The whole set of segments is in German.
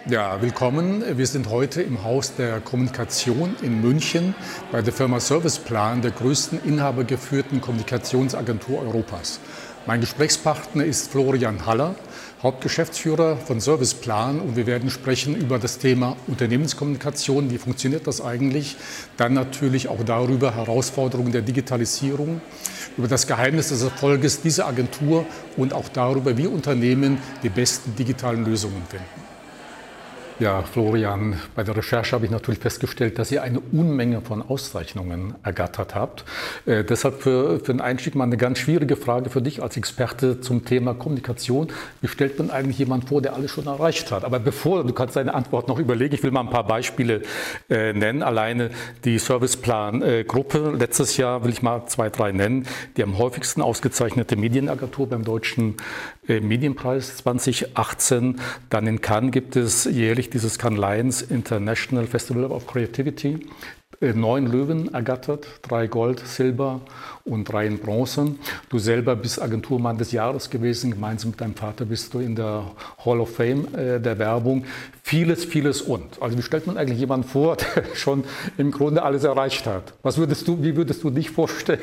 Ja, willkommen. Wir sind heute im Haus der Kommunikation in München bei der Firma Serviceplan, der größten inhabergeführten Kommunikationsagentur Europas. Mein Gesprächspartner ist Florian Haller, Hauptgeschäftsführer von Serviceplan, und wir werden sprechen über das Thema Unternehmenskommunikation. Wie funktioniert das eigentlich? Dann natürlich auch darüber Herausforderungen der Digitalisierung, über das Geheimnis des Erfolges dieser Agentur und auch darüber, wie Unternehmen die besten digitalen Lösungen finden. Ja, Florian, bei der Recherche habe ich natürlich festgestellt, dass ihr eine Unmenge von Auszeichnungen ergattert habt. Deshalb für den Einstieg mal eine ganz schwierige Frage für dich als Experte zum Thema Kommunikation. Wie stellt man eigentlich jemanden vor, der alles schon erreicht hat? Aber bevor, du kannst deine Antwort noch überlegen, ich will mal ein paar Beispiele nennen. Alleine die Serviceplan-Gruppe, letztes Jahr will ich mal 2, 3 nennen, die am häufigsten ausgezeichnete Medienagentur beim Deutschen Medienpreis 2018. Dann in Cannes gibt es jährlich dieses Cannes Lions International Festival of Creativity. 9 Löwen ergattert, 3 Gold, Silber und 3 in Bronze. Du selber bist Agenturmann des Jahres gewesen. Gemeinsam mit deinem Vater bist du in der Hall of Fame der Werbung. Vieles und. Also wie stellt man eigentlich jemanden vor, der schon im Grunde alles erreicht hat? Wie würdest du dich vorstellen?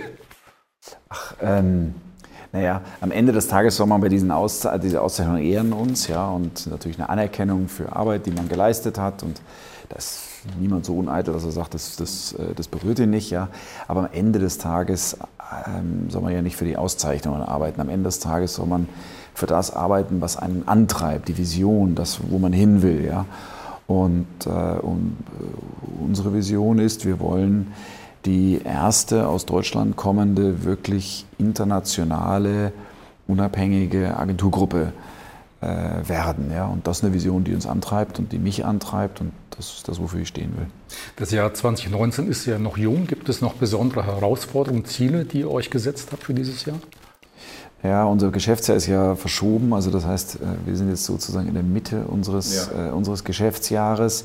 Naja, am Ende des Tages soll man bei diese Auszeichnung ehren uns, ja, und natürlich eine Anerkennung für Arbeit, die man geleistet hat, und da ist niemand so uneitel, dass er sagt, das berührt ihn nicht, ja. Aber am Ende des Tages soll man ja nicht für die Auszeichnungen arbeiten. Am Ende des Tages soll man für das arbeiten, was einen antreibt, die Vision, das, wo man hin will, ja. Und unsere Vision ist, wir wollen die erste aus Deutschland kommende, wirklich internationale, unabhängige Agenturgruppe werden. Ja? Und das ist eine Vision, die uns antreibt und die mich antreibt, und das ist das, wofür ich stehen will. Das Jahr 2019 ist ja noch jung. Gibt es noch besondere Herausforderungen, Ziele, die ihr euch gesetzt habt für dieses Jahr? Ja, unser Geschäftsjahr ist ja verschoben. Also das heißt, wir sind jetzt sozusagen in der Mitte unseres Geschäftsjahres.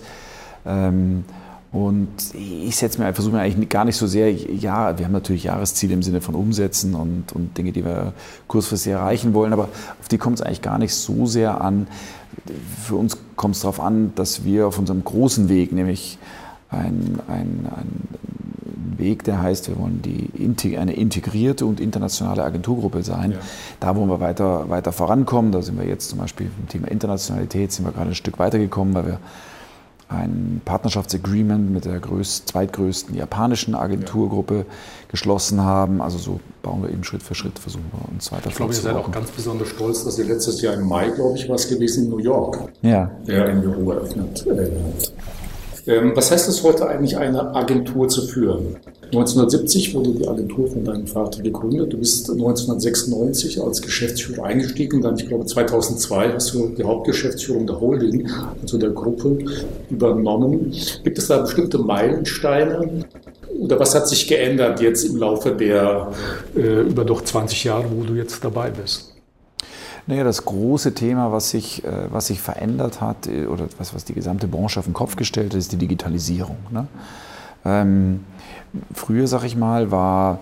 Und ich versuche mir eigentlich gar nicht so sehr, ja, wir haben natürlich Jahresziele im Sinne von Umsätzen und Dinge, die wir kurzfristig erreichen wollen, aber auf die kommt es eigentlich gar nicht so sehr an. Für uns kommt es darauf an, dass wir auf unserem großen Weg, nämlich ein Weg, der heißt, wir wollen eine integrierte und internationale Agenturgruppe sein. Ja. Da wollen wir weiter vorankommen. Da sind wir jetzt zum Beispiel im Thema Internationalität sind wir gerade ein Stück weitergekommen, weil wir ein Partnerschaftsagreement mit der zweitgrößten japanischen Agenturgruppe geschlossen haben. Also so bauen wir eben Schritt für Schritt, versuchen wir uns weiter vorzubauen. Ich glaube, ihr seid auch ganz besonders stolz, dass ihr letztes Jahr im Mai, glaube ich, was gewesen in New York, ein Büro eröffnet habt. Was heißt es heute eigentlich, eine Agentur zu führen? 1970 wurde die Agentur von deinem Vater gegründet. Du bist 1996 als Geschäftsführer eingestiegen. Dann, ich glaube, 2002 hast du die Hauptgeschäftsführung der Holding, also der Gruppe, übernommen. Gibt es da bestimmte Meilensteine? Oder was hat sich geändert jetzt im Laufe der über doch 20 Jahre, wo du jetzt dabei bist? Naja, das große Thema, was sich verändert hat oder was die gesamte Branche auf den Kopf gestellt hat, ist die Digitalisierung. Ne? Früher, sag ich mal, war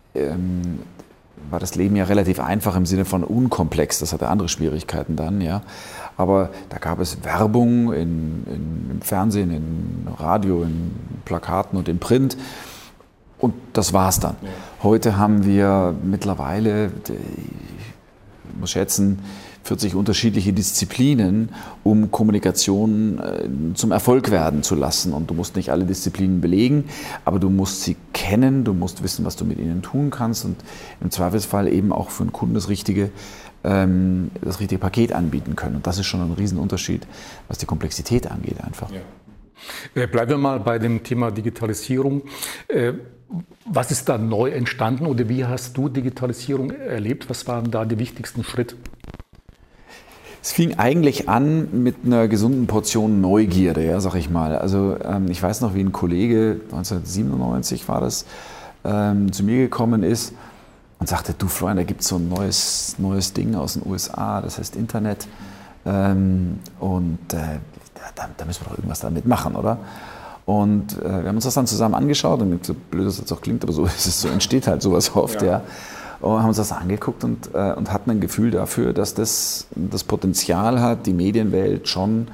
das Leben ja relativ einfach im Sinne von unkomplex. Das hatte andere Schwierigkeiten dann, ja. Aber da gab es Werbung im Fernsehen, im Radio, in Plakaten und im Print. Und das war's dann. Ja. Heute haben wir mittlerweile, ich muss schätzen, 40 unterschiedliche Disziplinen, um Kommunikation zum Erfolg werden zu lassen. Und du musst nicht alle Disziplinen belegen, aber du musst sie kennen, du musst wissen, was du mit ihnen tun kannst und im Zweifelsfall eben auch für einen Kunden das richtige Paket anbieten können. Und das ist schon ein Riesenunterschied, was die Komplexität angeht einfach. Ja. Bleiben wir mal bei dem Thema Digitalisierung. Was ist da neu entstanden oder wie hast du Digitalisierung erlebt? Was waren da die wichtigsten Schritte? Es fing eigentlich an mit einer gesunden Portion Neugierde, ja, sag ich mal. Also ich weiß noch, wie ein Kollege, 1997 war das, zu mir gekommen ist und sagte, du Florian, da gibt es so ein neues Ding aus den USA, das heißt Internet. Da müssen wir doch irgendwas damit machen, oder? Und wir haben uns das dann zusammen angeschaut und so blöd das jetzt auch klingt, aber so ist es, so entsteht halt sowas oft, ja. Und haben uns das angeguckt und hatten ein Gefühl dafür, dass das Potenzial hat, die Medienwelt schon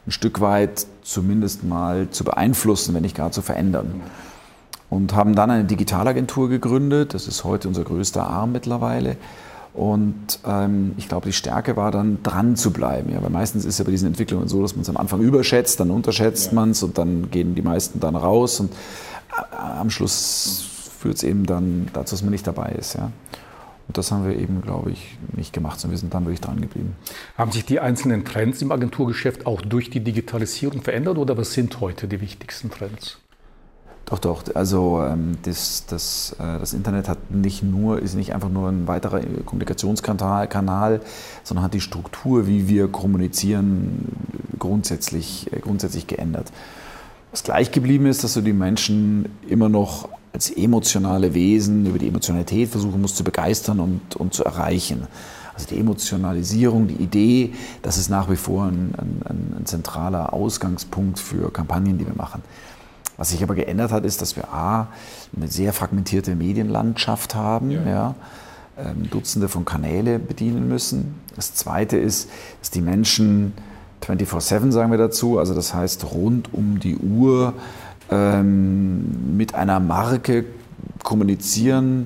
ein Stück weit zumindest mal zu beeinflussen, wenn nicht gar zu verändern. Und haben dann eine Digitalagentur gegründet. Das ist heute unser größter Arm mittlerweile. Und ich glaube, die Stärke war dann, dran zu bleiben. Ja, weil meistens ist ja bei diesen Entwicklungen so, dass man es am Anfang überschätzt, dann unterschätzt man es und dann gehen die meisten dann raus. Und am Schluss führt es eben dann dazu, dass man nicht dabei ist. Ja. Und das haben wir eben, glaube ich, nicht gemacht, sondern wir sind dann wirklich dran geblieben. Haben sich die einzelnen Trends im Agenturgeschäft auch durch die Digitalisierung verändert oder was sind heute die wichtigsten Trends? Doch. Also das Internet ist nicht einfach nur ein weiterer Kommunikationskanal, sondern hat die Struktur, wie wir kommunizieren, grundsätzlich geändert. Was gleich geblieben ist, dass du die Menschen immer noch als emotionale Wesen über die Emotionalität versuchen musst zu begeistern und zu erreichen. Also die Emotionalisierung, die Idee, das ist nach wie vor ein zentraler Ausgangspunkt für Kampagnen, die wir machen. Was sich aber geändert hat, ist, dass wir eine sehr fragmentierte Medienlandschaft haben, Dutzende von Kanäle bedienen müssen. Das Zweite ist, dass die Menschen 24/7 sagen wir dazu, also das heißt rund um die Uhr mit einer Marke kommunizieren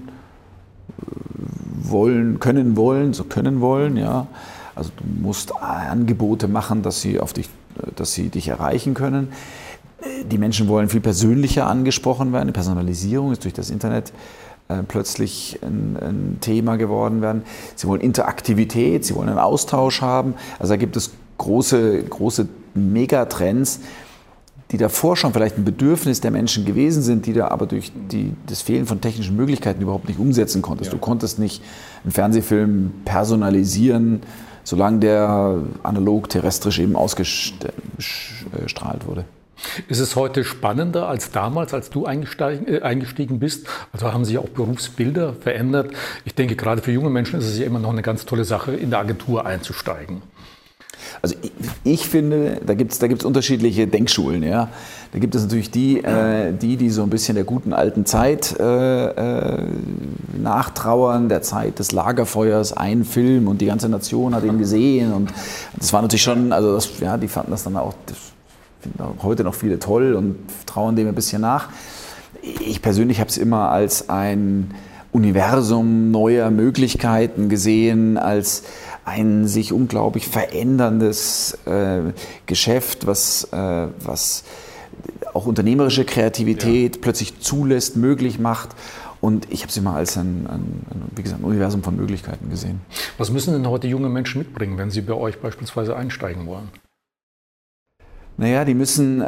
können wollen. Ja. Also du musst Angebote machen, dass sie dich erreichen können. Die Menschen wollen viel persönlicher angesprochen werden. Die Personalisierung ist durch das Internet plötzlich ein Thema geworden werden. Sie wollen Interaktivität, sie wollen einen Austausch haben. Also da gibt es große Megatrends, die davor schon vielleicht ein Bedürfnis der Menschen gewesen sind, die da aber durch das Fehlen von technischen Möglichkeiten überhaupt nicht umsetzen konntest. Ja. Du konntest nicht einen Fernsehfilm personalisieren, solange der analog terrestrisch eben ausgestrahlt wurde. Ist es heute spannender als damals, als du eingestiegen bist? Also haben sich auch Berufsbilder verändert? Ich denke, gerade für junge Menschen ist es ja immer noch eine ganz tolle Sache, in der Agentur einzusteigen. Also ich finde, da gibt's unterschiedliche Denkschulen. Ja. Da gibt es natürlich die so ein bisschen der guten alten Zeit nachtrauern, der Zeit des Lagerfeuers, ein Film und die ganze Nation hat ihn gesehen. Und das war natürlich schon, also die fanden das dann auch, finden auch heute noch viele toll und trauern dem ein bisschen nach. Ich persönlich habe es immer als ein Universum neuer Möglichkeiten gesehen, als ein sich unglaublich veränderndes Geschäft, was auch unternehmerische Kreativität plötzlich zulässt, möglich macht. Und ich habe es immer als ein Universum von Möglichkeiten gesehen. Was müssen denn heute junge Menschen mitbringen, wenn sie bei euch beispielsweise einsteigen wollen? Naja, die müssen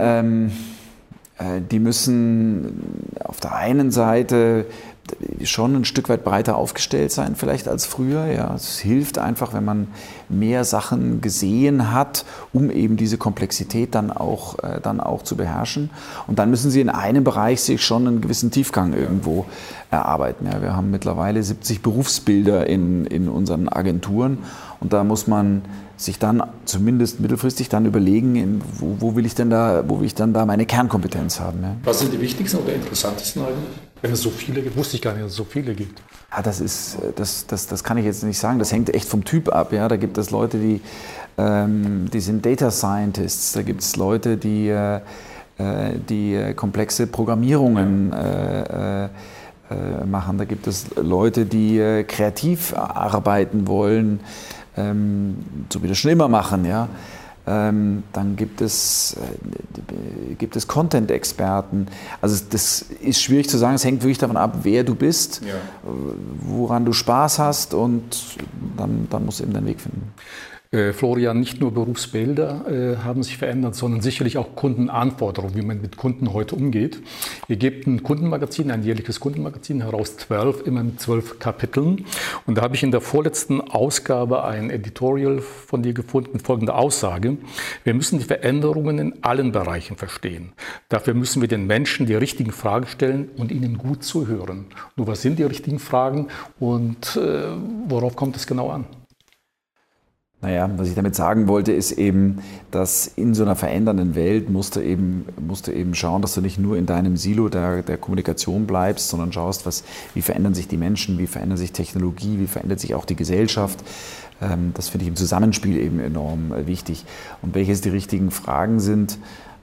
auf der einen Seite schon ein Stück weit breiter aufgestellt sein, vielleicht als früher. Ja, es hilft einfach, wenn man mehr Sachen gesehen hat, um eben diese Komplexität dann auch zu beherrschen. Und dann müssen sie in einem Bereich sich schon einen gewissen Tiefgang irgendwo erarbeiten. Ja, wir haben mittlerweile 70 Berufsbilder in unseren Agenturen und da muss man sich dann zumindest mittelfristig dann überlegen, wo will ich dann da meine Kernkompetenz haben. Ja. Was sind die wichtigsten oder interessantesten eigentlich? Wenn es so viele gibt, wusste ich gar nicht, dass es so viele gibt. Ja, das kann ich jetzt nicht sagen. Das hängt echt vom Typ ab. Ja. Da gibt es Leute, die sind Data Scientists. Da gibt es Leute, die komplexe Programmierungen machen. Da gibt es Leute, die kreativ arbeiten wollen, so wie das schon immer machen. Ja. Dann gibt es Content-Experten. Also das ist schwierig zu sagen, es hängt wirklich davon ab, wer du bist, woran du Spaß hast und dann musst du eben deinen Weg finden. Florian, nicht nur Berufsbilder haben sich verändert, sondern sicherlich auch Kundenanforderungen, wie man mit Kunden heute umgeht. Ihr gebt ein Kundenmagazin, ein jährliches Kundenmagazin heraus, immer mit 12 Kapiteln. Und da habe ich in der vorletzten Ausgabe ein Editorial von dir gefunden, folgende Aussage: Wir müssen die Veränderungen in allen Bereichen verstehen. Dafür müssen wir den Menschen die richtigen Fragen stellen und ihnen gut zuhören. Nur was sind die richtigen Fragen und worauf kommt es genau an? Naja, was ich damit sagen wollte, ist eben, dass in so einer verändernden Welt musst du eben schauen, dass du nicht nur in deinem Silo der Kommunikation bleibst, sondern schaust, wie verändern sich die Menschen, wie verändert sich Technologie, wie verändert sich auch die Gesellschaft. Das finde ich im Zusammenspiel eben enorm wichtig. Und welches die richtigen Fragen sind,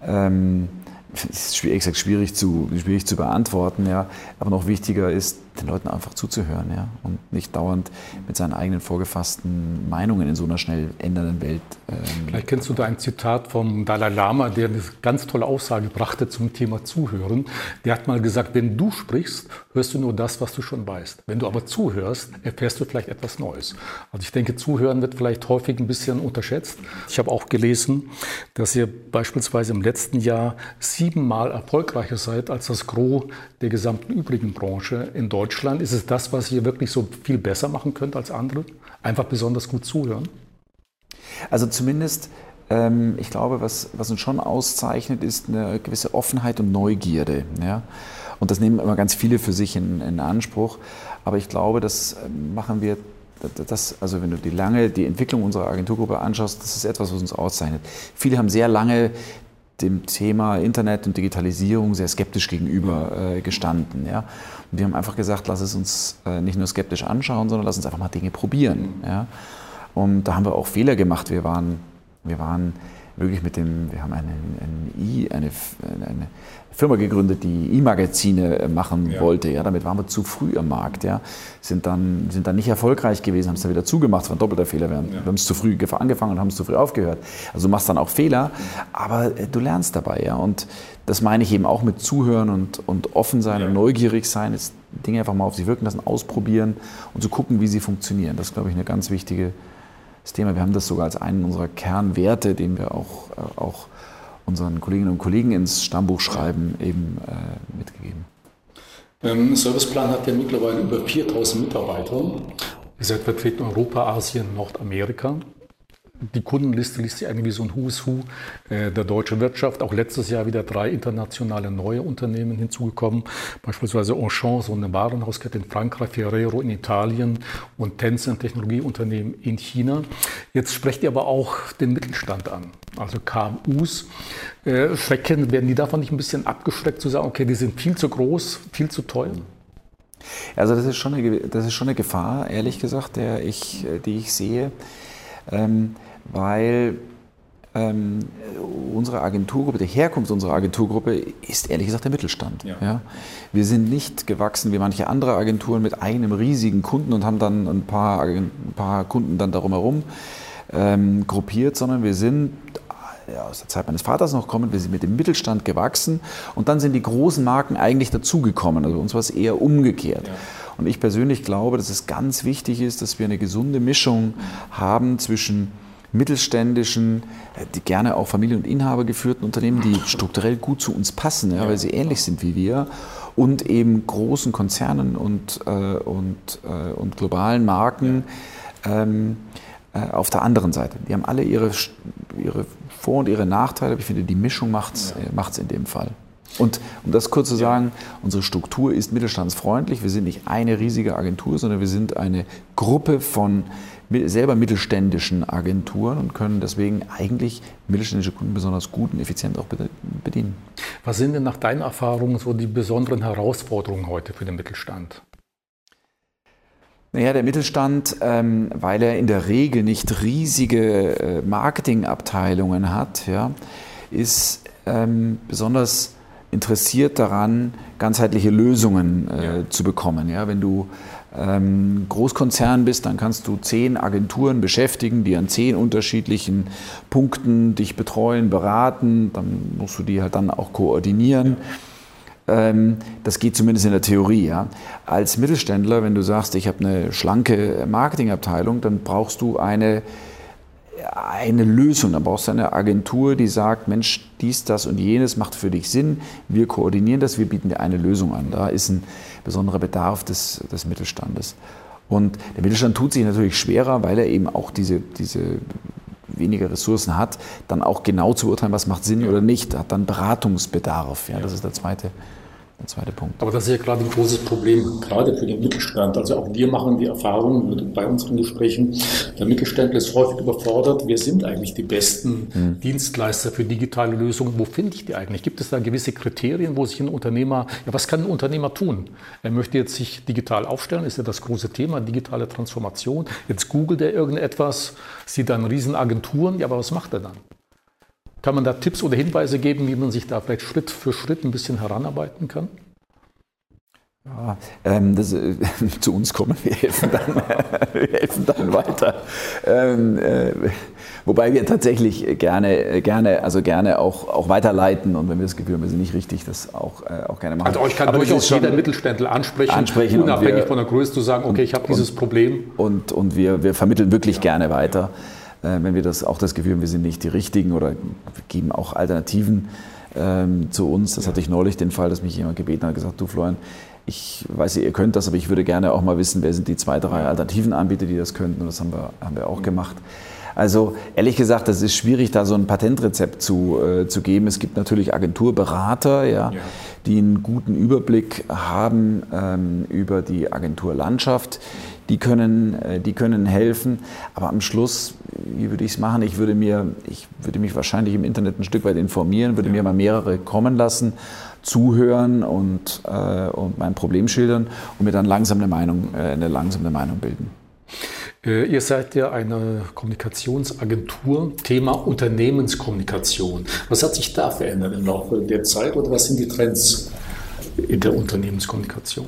ist schwierig zu beantworten, ja. Aber noch wichtiger ist, den Leuten einfach zuzuhören, ja, und nicht dauernd mit seinen eigenen vorgefassten Meinungen in so einer schnell ändernden Welt. Vielleicht kennst du da ein Zitat vom Dalai Lama, der eine ganz tolle Aussage brachte zum Thema Zuhören. Der hat mal gesagt, wenn du sprichst, hörst du nur das, was du schon weißt. Wenn du aber zuhörst, erfährst du vielleicht etwas Neues. Also ich denke, Zuhören wird vielleicht häufig ein bisschen unterschätzt. Ich habe auch gelesen, dass ihr beispielsweise im letzten Jahr 7-mal erfolgreicher seid als das Gros der gesamten übrigen Branche in Deutschland. Ist es das, was ihr wirklich so viel besser machen könnt als andere? Einfach besonders gut zuhören? Also zumindest, ich glaube, was uns schon auszeichnet, ist eine gewisse Offenheit und Neugierde. Ja? Und das nehmen immer ganz viele für sich in Anspruch. Aber ich glaube, das machen wir, also wenn du die Entwicklung unserer Agenturgruppe anschaust, das ist etwas, was uns auszeichnet. Viele haben sehr lange dem Thema Internet und Digitalisierung sehr skeptisch gegenüber gestanden. Ja? Und wir haben einfach gesagt, lass es uns nicht nur skeptisch anschauen, sondern lass uns einfach mal Dinge probieren. Ja? Und da haben wir auch Fehler gemacht. Wir waren wirklich wir haben eine Firma gegründet, die E-Magazine machen wollte. Ja, damit waren wir zu früh am Markt. Ja, sind dann nicht erfolgreich gewesen, haben es dann wieder zugemacht. Das war ein doppelter Fehler. Wir haben es zu früh angefangen und haben es zu früh aufgehört. Also du machst dann auch Fehler, aber du lernst dabei. Ja, und das meine ich eben auch mit Zuhören und offen sein und neugierig sein, ist Dinge einfach mal auf sich wirken lassen, ausprobieren und zu gucken, wie sie funktionieren. Das ist, glaube ich, eine ganz wichtige Thema. Wir haben das sogar als einen unserer Kernwerte, den wir auch unseren Kolleginnen und Kollegen ins Stammbuch schreiben, eben mitgegeben. Serviceplan hat ja mittlerweile über 4.000 Mitarbeiter. Ihr seid vertreten in Europa, Asien, Nordamerika. Die Kundenliste liest sich eigentlich wie so ein Who's Who der deutschen Wirtschaft. Auch letztes Jahr wieder 3 internationale neue Unternehmen hinzugekommen. Beispielsweise Auchan, so eine Warenhauskette in Frankreich, Ferrero in Italien und Tencent, Technologieunternehmen in China. Jetzt sprecht ihr aber auch den Mittelstand an, also KMUs. Werden die davon nicht ein bisschen abgeschreckt zu sagen, okay, die sind viel zu groß, viel zu teuer? Also das ist schon eine Gefahr, ehrlich gesagt, die ich sehe. Weil unsere Agenturgruppe, die Herkunft unserer Agenturgruppe ist ehrlich gesagt der Mittelstand. Ja. Ja? Wir sind nicht gewachsen wie manche andere Agenturen mit einem riesigen Kunden und haben dann ein paar Kunden dann darum herum gruppiert, sondern wir sind aus der Zeit meines Vaters noch kommend, wir sind mit dem Mittelstand gewachsen und dann sind die großen Marken eigentlich dazugekommen. Also uns war es eher umgekehrt. Ja. Und ich persönlich glaube, dass es ganz wichtig ist, dass wir eine gesunde Mischung haben zwischen mittelständischen, die gerne auch Familien- und Inhaber geführten Unternehmen, die strukturell gut zu uns passen, ja, weil sie ähnlich sind wie wir, und eben großen Konzernen und globalen Marken auf der anderen Seite. Die haben alle ihre Vor- und ihre Nachteile, aber ich finde, die Mischung macht's in dem Fall. Und um das kurz zu sagen, unsere Struktur ist mittelstandsfreundlich. Wir sind nicht eine riesige Agentur, sondern wir sind eine Gruppe von selber mittelständischen Agenturen und können deswegen eigentlich mittelständische Kunden besonders gut und effizient auch bedienen. Was sind denn nach deinen Erfahrungen so die besonderen Herausforderungen heute für den Mittelstand? Naja, der Mittelstand, weil er in der Regel nicht riesige Marketingabteilungen hat, ja, ist besonders interessiert daran, ganzheitliche Lösungen zu bekommen. Ja, wenn du Großkonzern bist, dann kannst du 10 Agenturen beschäftigen, die an 10 unterschiedlichen Punkten dich betreuen, beraten. Dann musst du die halt dann auch koordinieren. Das geht zumindest in der Theorie. Ja. Als Mittelständler, wenn du sagst, ich habe eine schlanke Marketingabteilung, dann brauchst du eine Lösung. Dann brauchst du eine Agentur, die sagt, Mensch, dies, das und jenes macht für dich Sinn. Wir koordinieren das, wir bieten dir eine Lösung an. Da ist ein besonderer Bedarf des Mittelstandes. Und der Mittelstand tut sich natürlich schwerer, weil er eben auch diese weniger Ressourcen hat, dann auch genau zu urteilen, was macht Sinn oder nicht. Hat dann Beratungsbedarf. Ja, das ist der zweite der zweite Punkt. Aber das ist ja gerade ein großes Problem, gerade für den Mittelstand. Also auch wir machen die Erfahrung bei unseren Gesprächen, der Mittelständler ist häufig überfordert. Wer sind eigentlich die besten Dienstleister für digitale Lösungen? Wo finde ich die eigentlich? Gibt es da gewisse Kriterien, wo sich ein Unternehmer, ja, was kann ein Unternehmer tun? Er möchte jetzt sich digital aufstellen, ist ja das große Thema, digitale Transformation. Jetzt googelt er irgendetwas, sieht dann Riesenagenturen, ja, aber was macht er dann? Kann man da Tipps oder Hinweise geben, wie man sich da vielleicht Schritt für Schritt ein bisschen heranarbeiten kann? Ja, zu uns kommen, wir helfen dann weiter. Wobei wir tatsächlich gerne auch weiterleiten und wenn wir das Gefühl haben, wir sind nicht richtig, das auch gerne machen. Also euch kann durchaus jeder Mittelständler ansprechen unabhängig von der Größe zu sagen, okay, ich habe dieses Problem. Und wir vermitteln wirklich gerne weiter. Wenn wir auch das Gefühl haben, wir sind nicht die Richtigen oder geben auch Alternativen zu uns. Das hatte ich neulich den Fall, dass mich jemand gebeten hat, gesagt, du Florian, ich weiß, ihr könnt das, aber ich würde gerne auch mal wissen, wer sind die 2, 3 alternativen Anbieter, die das könnten und das haben wir auch gemacht. Also ehrlich gesagt, das ist schwierig, da so ein Patentrezept zu geben. Es gibt natürlich Agenturberater, die einen guten Überblick haben über die Agenturlandschaft. Die können helfen, aber am Schluss, wie würde ich es machen? Ich würde mich wahrscheinlich im Internet ein Stück weit informieren, würde mir mal mehrere kommen lassen, zuhören und mein Problem schildern und mir dann langsam eine langsame Meinung bilden. Ihr seid ja eine Kommunikationsagentur, Thema Unternehmenskommunikation. Was hat sich da verändert im Laufe der Zeit oder was sind die Trends in der Unternehmenskommunikation?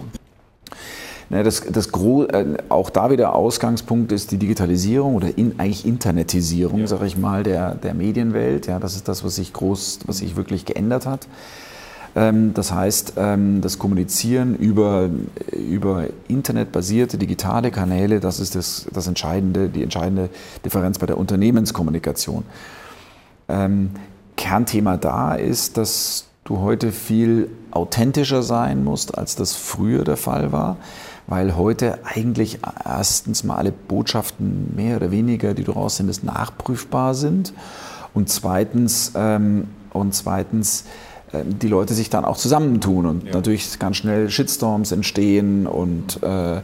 Auch da wieder Ausgangspunkt ist die Digitalisierung oder eigentlich Internetisierung, sage ich mal, der Medienwelt. Ja, das ist das, was sich wirklich geändert hat. Das heißt, das Kommunizieren über internetbasierte digitale Kanäle, das ist die entscheidende Differenz bei der Unternehmenskommunikation. Kernthema da ist, dass du heute viel authentischer sein musst, als das früher der Fall war, weil heute eigentlich erstens mal alle Botschaften mehr oder weniger, die du raussendest, nachprüfbar sind und zweitens die Leute sich dann auch zusammentun und natürlich ganz schnell Shitstorms entstehen und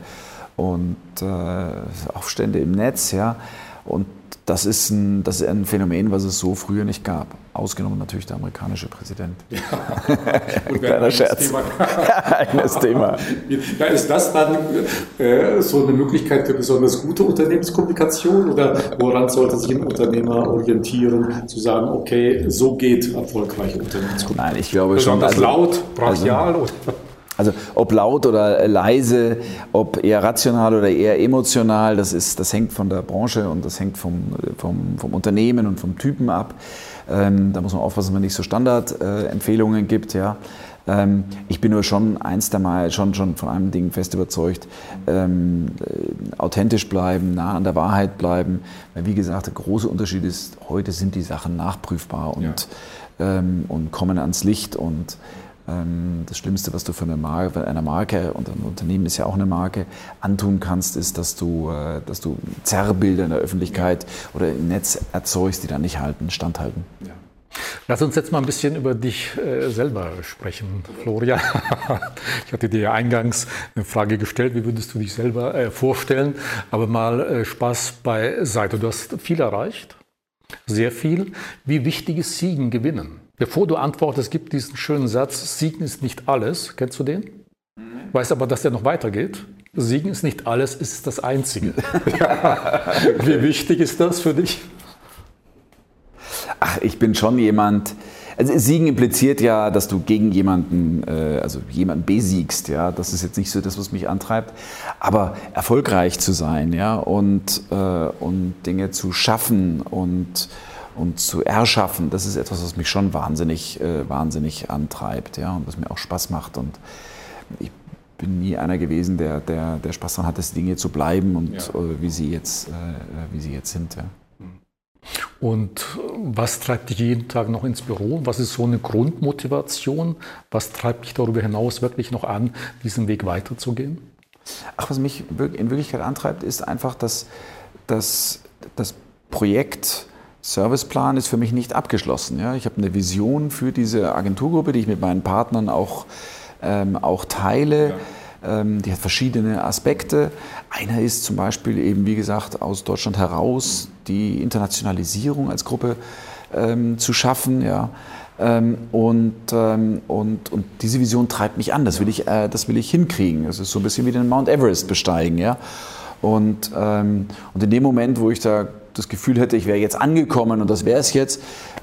Aufstände im Netz, ja. Und das ist ein Phänomen, was es so früher nicht gab. Ausgenommen natürlich der amerikanische Präsident. Ja. Kleiner Scherz. Eigenes Thema. Ja, ist das dann so eine Möglichkeit für besonders gute Unternehmenskommunikation oder woran sollte sich ein Unternehmer orientieren, zu sagen, okay, so geht erfolgreiche Unternehmenskommunikation? Nein, ich glaube schon. Besonders laut, brachial oder? Also ob laut oder leise, ob eher rational oder eher emotional, das hängt von der Branche und das hängt vom Unternehmen und vom Typen ab. Da muss man aufpassen, dass man nicht so Standardempfehlungen gibt. Ja. Ich bin nur schon schon von einem Ding fest überzeugt, authentisch bleiben, nah an der Wahrheit bleiben. Weil wie gesagt, der große Unterschied ist, heute sind die Sachen nachprüfbar und kommen ans Licht und das Schlimmste, was du von einer Marke, und ein Unternehmen ist ja auch eine Marke, antun kannst, ist, dass du Zerrbilder in der Öffentlichkeit oder im Netz erzeugst, die dann nicht standhalten. Ja. Lass uns jetzt mal ein bisschen über dich selber sprechen, Florian. Ich hatte dir ja eingangs eine Frage gestellt, wie würdest du dich selber vorstellen? Aber mal Spaß beiseite. Du hast viel erreicht, sehr viel. Wie wichtig ist Siegen gewinnen? Bevor du antwortest, gibt diesen schönen Satz, Siegen ist nicht alles. Kennst du den? Weißt aber, dass der noch weitergeht. Siegen ist nicht alles, es ist das Einzige. Wie wichtig ist das für dich? Ach, ich bin schon jemand, also Siegen impliziert ja, dass du gegen jemanden besiegst. Ja? Das ist jetzt nicht so das, was mich antreibt. Aber erfolgreich zu sein, ja? und Dinge zu schaffen und zu erschaffen, das ist etwas, was mich schon wahnsinnig antreibt, ja, und was mir auch Spaß macht. Und ich bin nie einer gewesen, der Spaß daran hat, dass Dinge zu bleiben und wie sie jetzt sind. Ja. Und was treibt dich jeden Tag noch ins Büro? Was ist so eine Grundmotivation? Was treibt dich darüber hinaus wirklich noch an, diesen Weg weiterzugehen? Ach, was mich in Wirklichkeit antreibt, ist einfach, dass das Projekt Serviceplan ist für mich nicht abgeschlossen. Ja? Ich habe eine Vision für diese Agenturgruppe, die ich mit meinen Partnern auch auch teile. Ja. Die hat verschiedene Aspekte. Einer ist zum Beispiel eben, wie gesagt, aus Deutschland heraus die Internationalisierung als Gruppe zu schaffen. Ja. Und diese Vision treibt mich an. Das will ich hinkriegen. Das ist so ein bisschen wie den Mount Everest besteigen. Ja. Und in dem Moment, wo ich da das Gefühl hätte, ich wäre jetzt angekommen und das wäre es jetzt,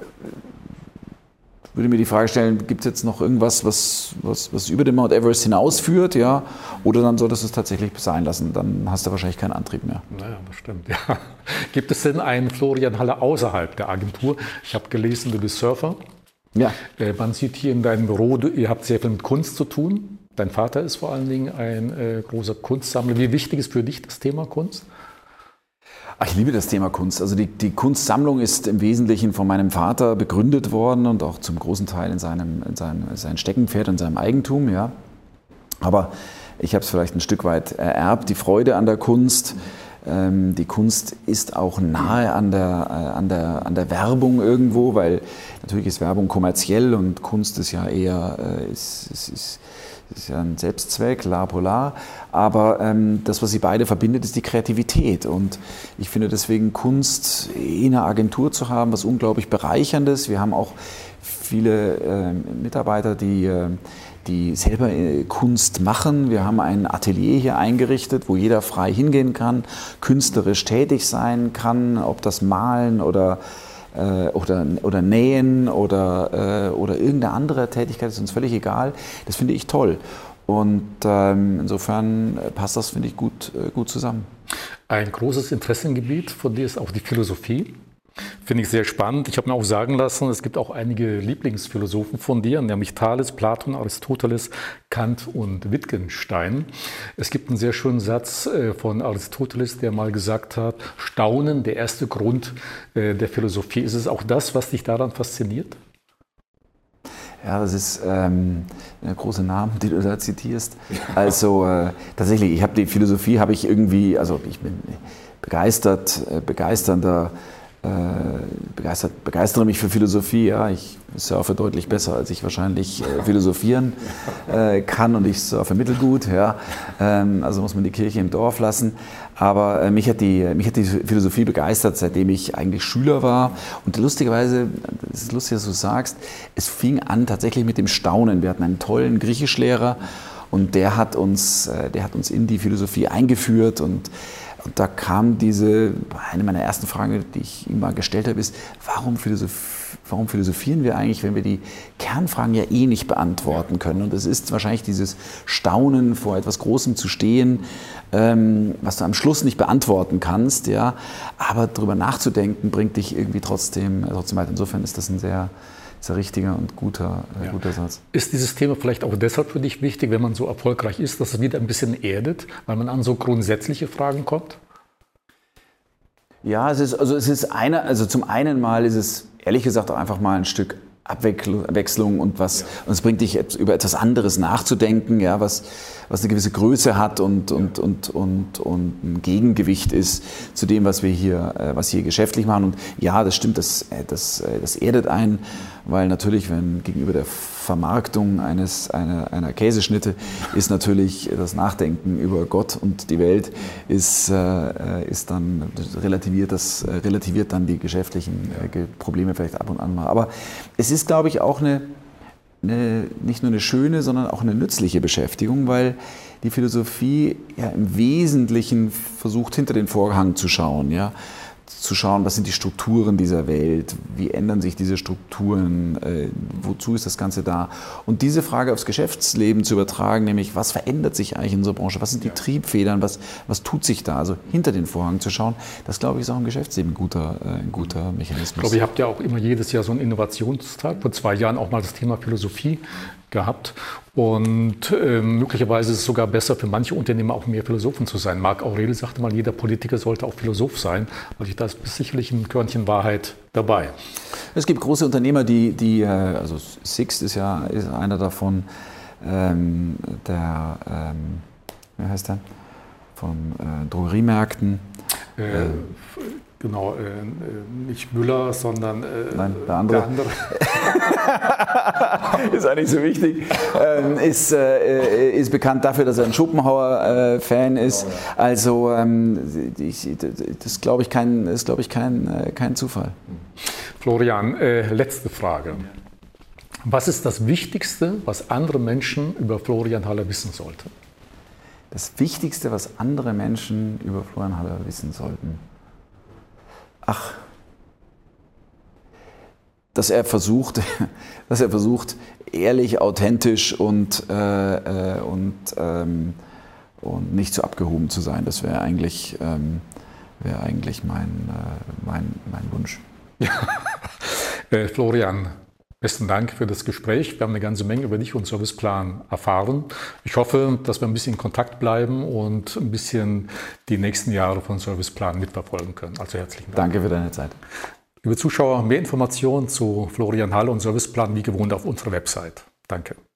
würde mir die Frage stellen, gibt es jetzt noch irgendwas, was über den Mount Everest hinausführt, ja? Oder dann solltest du es tatsächlich sein lassen, dann hast du wahrscheinlich keinen Antrieb mehr. Naja, das stimmt, ja. Gibt es denn einen Florian Haller außerhalb der Agentur? Ich habe gelesen, du bist Surfer. Ja. Man sieht hier in deinem Büro, ihr habt sehr viel mit Kunst zu tun. Dein Vater ist vor allen Dingen ein großer Kunstsammler. Wie wichtig ist für dich das Thema Kunst? Ach, ich liebe das Thema Kunst. Also die Kunstsammlung ist im Wesentlichen von meinem Vater begründet worden und auch zum großen Teil in sein Steckenpferd und seinem Eigentum. Ja. Aber ich habe es vielleicht ein Stück weit ererbt, die Freude an der Kunst. Die Kunst ist auch nahe an der Werbung irgendwo, weil natürlich ist Werbung kommerziell und Kunst ist ja eher ist ja ein Selbstzweck, la polar, aber das, was sie beide verbindet, ist die Kreativität und ich finde deswegen Kunst in einer Agentur zu haben, was unglaublich Bereicherndes. Wir haben auch viele Mitarbeiter, die selber Kunst machen. Wir haben ein Atelier hier eingerichtet, wo jeder frei hingehen kann, künstlerisch tätig sein kann, ob das Malen oder Nähen oder irgendeine andere Tätigkeit, ist uns völlig egal. Das finde ich toll. Und insofern passt das, finde ich, gut zusammen. Ein großes Interessengebiet von dir ist auch die Philosophie. Finde ich sehr spannend. Ich habe mir auch sagen lassen, es gibt auch einige Lieblingsphilosophen von dir, nämlich Thales, Platon, Aristoteles, Kant und Wittgenstein. Es gibt einen sehr schönen Satz von Aristoteles, der mal gesagt hat, Staunen, der erste Grund der Philosophie. Ist es auch das, was dich daran fasziniert? Ja, das ist ein großer Name, den du da zitierst. Also tatsächlich, ich bin begeistere mich für Philosophie. Ja. Ich surfe deutlich besser, als ich wahrscheinlich philosophieren kann und ich surfe mittelgut. Ja. Also muss man die Kirche im Dorf lassen. Aber mich hat die Philosophie begeistert, seitdem ich eigentlich Schüler war. Und lustigerweise, es ist lustig, dass du sagst, es fing an tatsächlich mit dem Staunen. Wir hatten einen tollen Griechischlehrer und der hat uns in die Philosophie eingeführt und da kam eine meiner ersten Fragen, die ich ihm mal gestellt habe, ist, warum philosophieren wir eigentlich, wenn wir die Kernfragen ja eh nicht beantworten können? Und es ist wahrscheinlich dieses Staunen, vor etwas Großem zu stehen, was du am Schluss nicht beantworten kannst, ja, aber darüber nachzudenken, bringt dich irgendwie trotzdem weiter. Insofern ist das ein sehr richtiger und guter Satz. Ist dieses Thema vielleicht auch deshalb für dich wichtig, wenn man so erfolgreich ist, dass es wieder ein bisschen erdet, weil man an so grundsätzliche Fragen kommt? Ja, zum einen mal ist es ehrlich gesagt auch einfach mal ein Stück Abwechslung und es bringt dich über etwas anderes nachzudenken, ja, was eine gewisse Größe hat und ein Gegengewicht ist zu dem, was wir hier geschäftlich machen. Und ja, das stimmt, das erdet einen, weil natürlich, wenn gegenüber der Vermarktung einer Käseschnitte ist natürlich das Nachdenken über Gott und die Welt relativiert dann die geschäftlichen Probleme vielleicht ab und an mal. Aber es ist, glaube ich, auch nicht nur eine schöne, sondern auch eine nützliche Beschäftigung, weil die Philosophie ja im Wesentlichen versucht, hinter den Vorhang zu schauen, ja. Zu schauen, was sind die Strukturen dieser Welt, wie ändern sich diese Strukturen, wozu ist das Ganze da? Und diese Frage aufs Geschäftsleben zu übertragen, nämlich was verändert sich eigentlich in unserer Branche, was sind die Triebfedern, was tut sich da? Also hinter den Vorhang zu schauen, das glaube ich ist auch im Geschäftsleben ein guter Mechanismus. Ich glaube, ihr habt ja auch immer jedes Jahr so einen Innovationstag, vor 2 Jahren auch mal das Thema Philosophie gehabt und möglicherweise ist es sogar besser für manche Unternehmer auch mehr Philosophen zu sein. Marc Aurel sagte mal, jeder Politiker sollte auch Philosoph sein, weil da ist sicherlich ein Körnchen Wahrheit dabei. Es gibt große Unternehmer, also Sixt ist einer davon, wie heißt der, von Drogeriemärkten. Genau, nicht Müller, sondern Nein, der andere. Ist auch nicht so wichtig. Ist bekannt dafür, dass er ein Schopenhauer-Fan ist. Also das ist, glaube ich, kein Zufall. Florian, letzte Frage. Was ist das Wichtigste, was andere Menschen über Florian Haller wissen sollten? Das Wichtigste, was andere Menschen über Florian Haller wissen sollten? Dass er versucht, ehrlich, authentisch und nicht so abgehoben zu sein. Das wäre eigentlich mein Wunsch. Florian, besten Dank für das Gespräch. Wir haben eine ganze Menge über dich und Serviceplan erfahren. Ich hoffe, dass wir ein bisschen in Kontakt bleiben und ein bisschen die nächsten Jahre von Serviceplan mitverfolgen können. Also herzlichen Dank. Danke für deine Zeit. Liebe Zuschauer, mehr Informationen zu Florian Haller und Serviceplan wie gewohnt auf unserer Website. Danke.